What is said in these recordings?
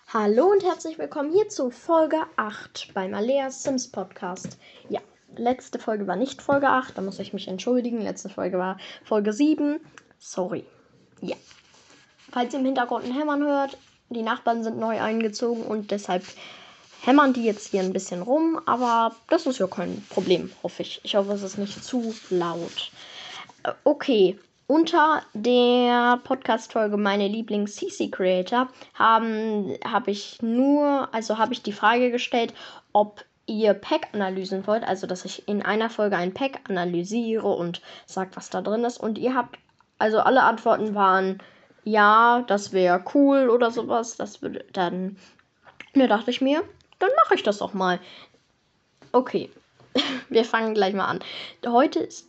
Hallo und herzlich willkommen hier zu Folge 8 beim Aleas Sims Podcast. Ja, letzte Folge war nicht Folge 8, da muss ich mich entschuldigen. Letzte Folge war Folge 7. Sorry. Ja. Falls ihr im Hintergrund ein Hämmern hört, die Nachbarn sind neu eingezogen und deshalb hämmern die jetzt hier ein bisschen rum. Aber das ist ja kein Problem, hoffe ich. Ich hoffe, es ist nicht zu laut. Okay. Unter der Podcast-Folge meine Lieblings-CC-Creator habe ich die Frage gestellt, ob ihr Pack analysieren wollt, also dass ich in einer Folge ein Pack analysiere und sage, was da drin ist. Und also alle Antworten waren, ja, das wäre cool oder sowas. Das würde dann, da dachte ich mir, dann mache ich das auch mal. Okay, wir fangen gleich mal an. Heute ist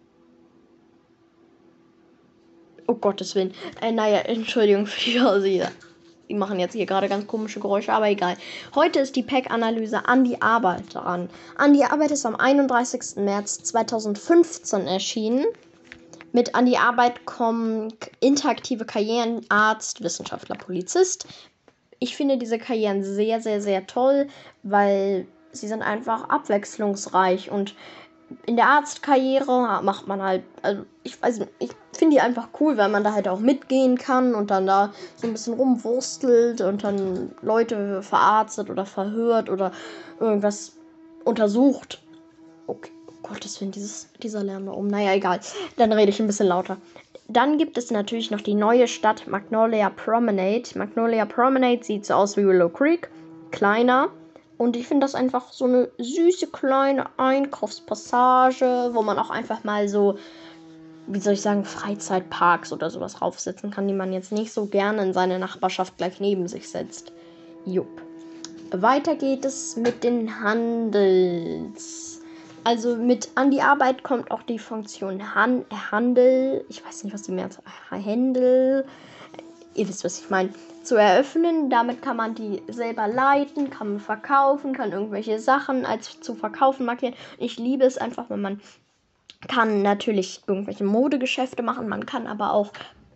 Oh Gottes Willen. Entschuldigung für die Pause. Die machen jetzt hier gerade ganz komische Geräusche, aber egal. Heute ist die Pack-Analyse An die Arbeit dran. An die Arbeit ist am 31. März 2015 erschienen. Mit An die Arbeit kommen interaktive Karrieren, Arzt, Wissenschaftler, Polizist. Ich finde diese Karrieren sehr, sehr, sehr toll, weil sie sind einfach abwechslungsreich und in der Arztkarriere macht man halt, also ich finde die einfach cool, weil man da halt auch mitgehen kann und dann da so ein bisschen rumwurstelt und dann Leute verarztet oder verhört oder irgendwas untersucht. Okay, oh Gottes Willen, dieser Lärm da oben. Naja, egal. Dann rede ich ein bisschen lauter. Dann gibt es natürlich noch die neue Stadt Magnolia Promenade. Magnolia Promenade sieht so aus wie Willow Creek, kleiner. Und ich finde das einfach so eine süße kleine Einkaufspassage, wo man auch einfach mal so, wie soll ich sagen, Freizeitparks oder sowas raufsetzen kann, die man jetzt nicht so gerne in seine Nachbarschaft gleich neben sich setzt. Jupp. Weiter geht es mit den Handels. Also mit An die Arbeit kommt auch die Funktion Handel. Ich weiß nicht, was die Mehrzahl Händel. Ihr wisst, was ich meine. Zu eröffnen. Damit kann man die selber leiten, kann man verkaufen, kann irgendwelche Sachen als zu verkaufen markieren. Ich liebe es einfach, wenn man kann natürlich irgendwelche Modegeschäfte machen, man kann aber auch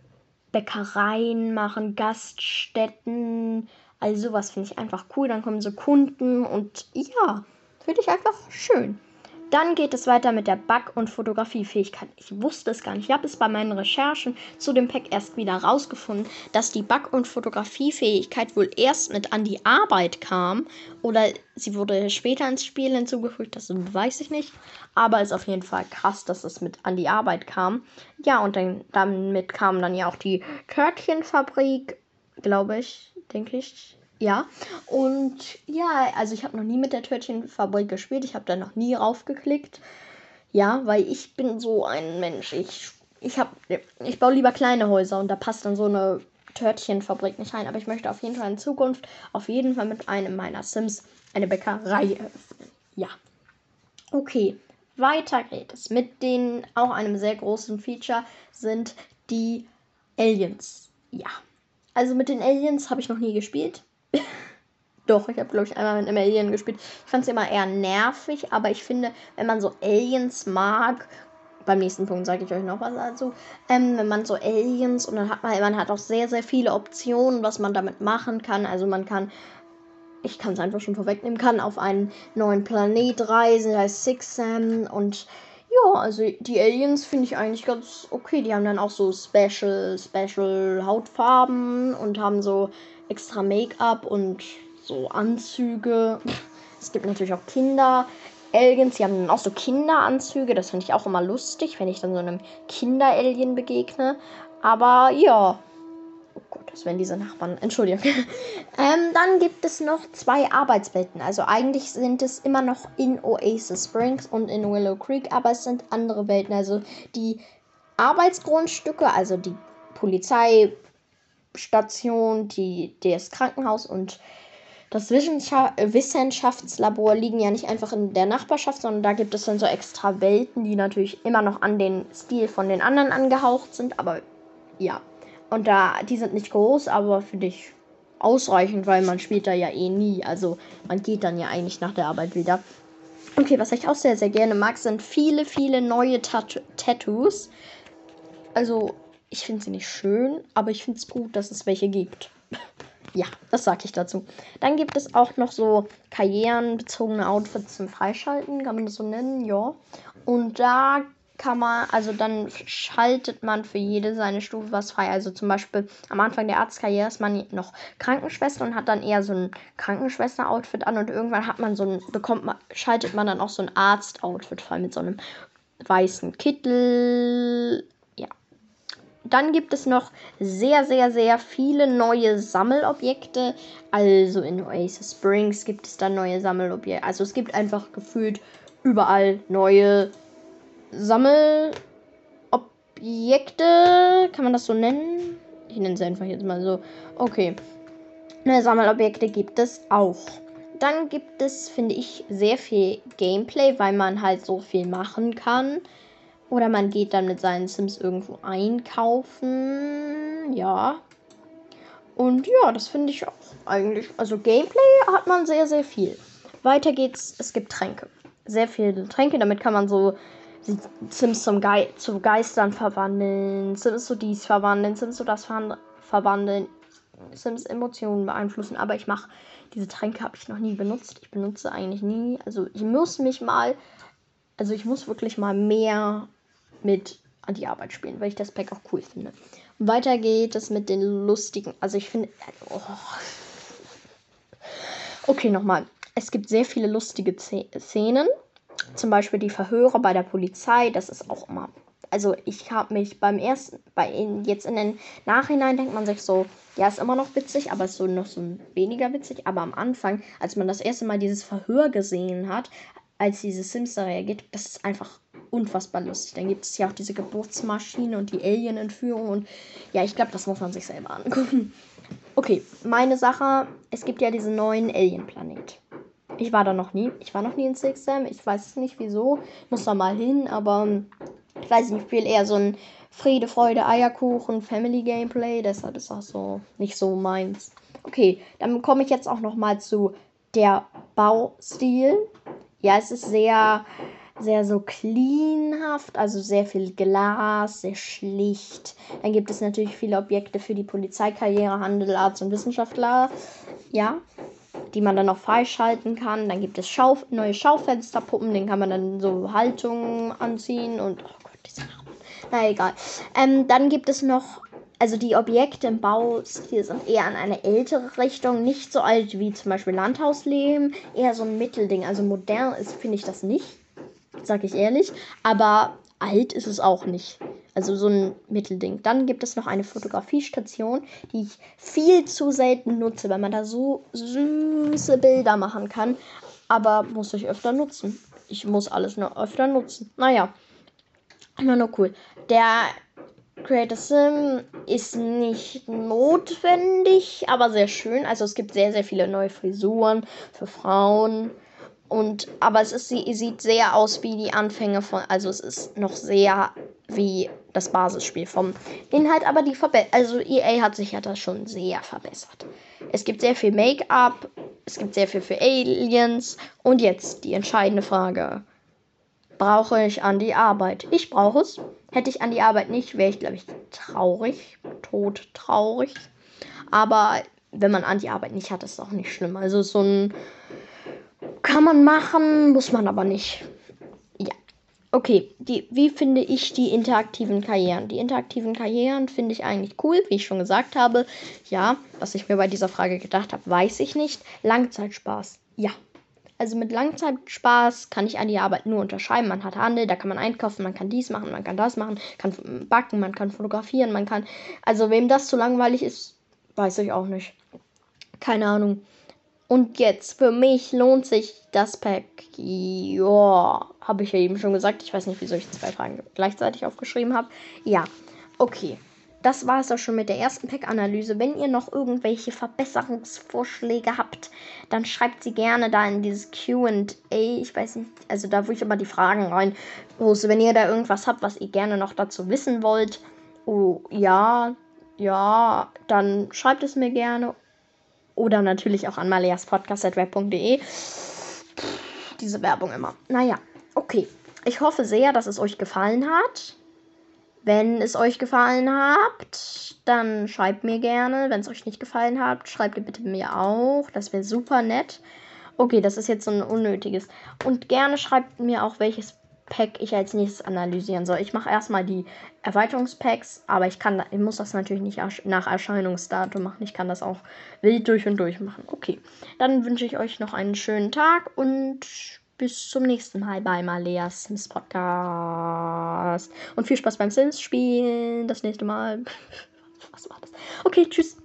Bäckereien machen, Gaststätten, also sowas finde ich einfach cool. Dann kommen so Kunden und ja, finde ich einfach schön. Dann geht es weiter mit der Back- und Fotografiefähigkeit. Ich wusste es gar nicht. Ich habe es bei meinen Recherchen zu dem Pack erst wieder rausgefunden, dass die Back- und Fotografiefähigkeit wohl erst mit An die Arbeit kam. Oder sie wurde später ins Spiel hinzugefügt, das weiß ich nicht. Aber ist auf jeden Fall krass, dass es mit An die Arbeit kam. Ja, und damit kam dann ja auch die Törtchenfabrik, glaube ich, denke ich. Ja, und ja, also ich habe noch nie mit der Törtchenfabrik gespielt. Ich habe da noch nie raufgeklickt. Ja, weil ich bin so ein Mensch. Ich baue lieber kleine Häuser und da passt dann so eine Törtchenfabrik nicht rein. Aber ich möchte auf jeden Fall in Zukunft auf jeden Fall mit einem meiner Sims eine Bäckerei eröffnen. Ja. Okay, weiter geht es. Mit den auch einem sehr großen Feature sind die Aliens. Ja. Also mit den Aliens habe ich noch nie gespielt. Doch, ich habe, glaube ich, einmal mit einem Alien gespielt. Ich fand es immer eher nervig, aber ich finde, wenn man so Aliens mag, beim nächsten Punkt sage ich euch noch was dazu, wenn man so Aliens und dann man hat auch sehr, sehr viele Optionen, was man damit machen kann. Also ich kann es einfach schon vorwegnehmen, kann auf einen neuen Planet reisen, der heißt Sixam und ja, also die Aliens finde ich eigentlich ganz okay. Die haben dann auch so Special Hautfarben und haben so extra Make-up und so Anzüge. Es gibt natürlich auch Kinder-Aliens, die haben dann auch so Kinderanzüge. Das finde ich auch immer lustig, wenn ich dann so einem Kinder-Alien begegne. Aber ja. Oh Gott, das wären diese Nachbarn. Entschuldigung. Dann gibt es noch 2 Arbeitswelten. Also eigentlich sind es immer noch in Oasis Springs und in Willow Creek, aber es sind andere Welten. Also die Arbeitsgrundstücke, also die Polizeistation, das Krankenhaus und das Wissenschaftslabor liegen ja nicht einfach in der Nachbarschaft, sondern da gibt es dann so extra Welten, die natürlich immer noch an den Stil von den anderen angehaucht sind, aber ja. Und die sind nicht groß, aber finde ich ausreichend, weil man spielt da ja eh nie. Also man geht dann ja eigentlich nach der Arbeit wieder. Okay, was ich auch sehr, sehr gerne mag, sind viele, viele neue Tattoos. Also ich finde sie nicht schön, aber ich finde es gut, dass es welche gibt. Ja, das sag ich dazu. Dann gibt es auch noch so karrierenbezogene Outfits zum Freischalten, kann man das so nennen, ja. Und da kann man, also dann schaltet man für jede seine Stufe was frei. Also zum Beispiel am Anfang der Arztkarriere ist man noch Krankenschwester und hat dann eher so ein Krankenschwester-Outfit an und irgendwann hat man schaltet man dann auch so ein Arzt-Outfit frei mit so einem weißen Kittel. Ja. Dann gibt es noch sehr, sehr, sehr viele neue Sammelobjekte. Also in Oasis Springs gibt es dann neue Sammelobjekte. Also es gibt einfach gefühlt überall neue Sammelobjekte. Kann man das so nennen? Ich nenne es einfach jetzt mal so. Okay. Neue Sammelobjekte gibt es auch. Dann gibt es, finde ich, sehr viel Gameplay, weil man halt so viel machen kann. Oder man geht dann mit seinen Sims irgendwo einkaufen. Ja. Und ja, das finde ich auch eigentlich. Also Gameplay hat man sehr, sehr viel. Weiter geht's. Es gibt Tränke. Sehr viele Tränke. Damit kann man so Sims zu Geistern verwandeln. Sims zu dies verwandeln. Sims zu das verwandeln. Sims Emotionen beeinflussen. Aber diese Tränke habe ich noch nie benutzt. Ich benutze eigentlich nie. Also ich muss wirklich mal mehr mit an die Arbeit spielen, weil ich das Pack auch cool finde. Weiter geht es mit den lustigen, also ich finde, Okay, nochmal. Es gibt sehr viele lustige Szenen, zum Beispiel die Verhöre bei der Polizei, das ist auch immer, also ich habe mich jetzt in den Nachhinein denkt man sich so, ja, ist immer noch witzig, aber ist so noch so weniger witzig, aber am Anfang, als man das erste Mal dieses Verhör gesehen hat, als diese Sims da reagiert, das ist einfach unfassbar lustig. Dann gibt es ja auch diese Geburtsmaschine und die Alien-Entführung und ja, ich glaube, das muss man sich selber angucken. Okay, meine Sache, es gibt ja diesen neuen Alien-Planet. Ich war noch nie in Sixam, ich weiß nicht wieso, ich muss da mal hin, aber ich weiß nicht, ich spiele eher so ein Friede, Freude, Eierkuchen, Family-Gameplay, deshalb ist das so nicht so meins. Okay, dann komme ich jetzt auch noch mal zu der Baustil. Ja, es ist sehr, sehr so cleanhaft, also sehr viel Glas, sehr schlicht. Dann gibt es natürlich viele Objekte für die Polizeikarriere, Handel, Arzt und Wissenschaftler, ja, die man dann auch freischalten kann. Dann gibt es neue Schaufensterpuppen, denen kann man dann so Haltungen anziehen und, oh Gott, diese Namen. Na egal. Dann gibt es noch, also die Objekte im Baustil sind eher an eine ältere Richtung, nicht so alt wie zum Beispiel Landhausleben, eher so ein Mittelding. Also modern ist, finde ich das nicht, sag ich ehrlich, aber alt ist es auch nicht. Also so ein Mittelding. Dann gibt es noch eine Fotografiestation, die ich viel zu selten nutze, weil man da so süße Bilder machen kann, aber muss ich öfter nutzen. Ich muss alles nur öfter nutzen. Naja, immer nur cool. Der Creator Sim ist nicht notwendig, aber sehr schön. Also es gibt sehr, sehr viele neue Frisuren für Frauen. Aber sieht sehr aus wie die Anfänge also es ist noch sehr wie das Basisspiel vom Inhalt, aber also EA hat sich ja da schon sehr verbessert. Es gibt sehr viel Make-up, es gibt sehr viel für Aliens und jetzt die entscheidende Frage. Brauche ich an die Arbeit? Ich brauche es. Hätte ich an die Arbeit nicht, wäre ich, glaube ich, todtraurig. Aber wenn man an die Arbeit nicht hat, ist es auch nicht schlimm. Also so ein kann man machen, muss man aber nicht. Ja. Okay, wie finde ich die interaktiven Karrieren? Die interaktiven Karrieren finde ich eigentlich cool, wie ich schon gesagt habe. Ja, was ich mir bei dieser Frage gedacht habe, weiß ich nicht. Langzeitspaß. Ja. Also mit Langzeitspaß kann ich an die Arbeit nur unterschreiben. Man hat Handel, da kann man einkaufen, man kann dies machen, man kann das machen, kann backen, man kann fotografieren, man kann... Also wem das zu langweilig ist, weiß ich auch nicht. Keine Ahnung. Und jetzt, für mich lohnt sich das Pack. Ja, habe ich ja eben schon gesagt. Ich weiß nicht, wieso ich 2 Fragen gleichzeitig aufgeschrieben habe. Ja, okay. Das war es auch schon mit der ersten Pack-Analyse. Wenn ihr noch irgendwelche Verbesserungsvorschläge habt, dann schreibt sie gerne da in dieses Q&A. Ich weiß nicht, also da, wo ich immer die Fragen rein poste. Wenn ihr da irgendwas habt, was ihr gerne noch dazu wissen wollt, oh ja, dann schreibt es mir gerne. Oder natürlich auch an maleaspodcast@web.de. Diese Werbung immer. Naja, okay. Ich hoffe sehr, dass es euch gefallen hat. Wenn es euch gefallen hat, dann schreibt mir gerne. Wenn es euch nicht gefallen hat, schreibt ihr bitte mir auch. Das wäre super nett. Okay, das ist jetzt so ein unnötiges. Und gerne schreibt mir auch, welches Pack ich als nächstes analysieren soll. Ich mache erstmal die Erweiterungspacks, aber ich muss das natürlich nicht nach Erscheinungsdatum machen. Ich kann das auch wild durch und durch machen. Okay, dann wünsche ich euch noch einen schönen Tag und bis zum nächsten Mal bei Maleas Sims Podcast. Und viel Spaß beim Sims spielen. Das nächste Mal. Was war das? Okay, tschüss.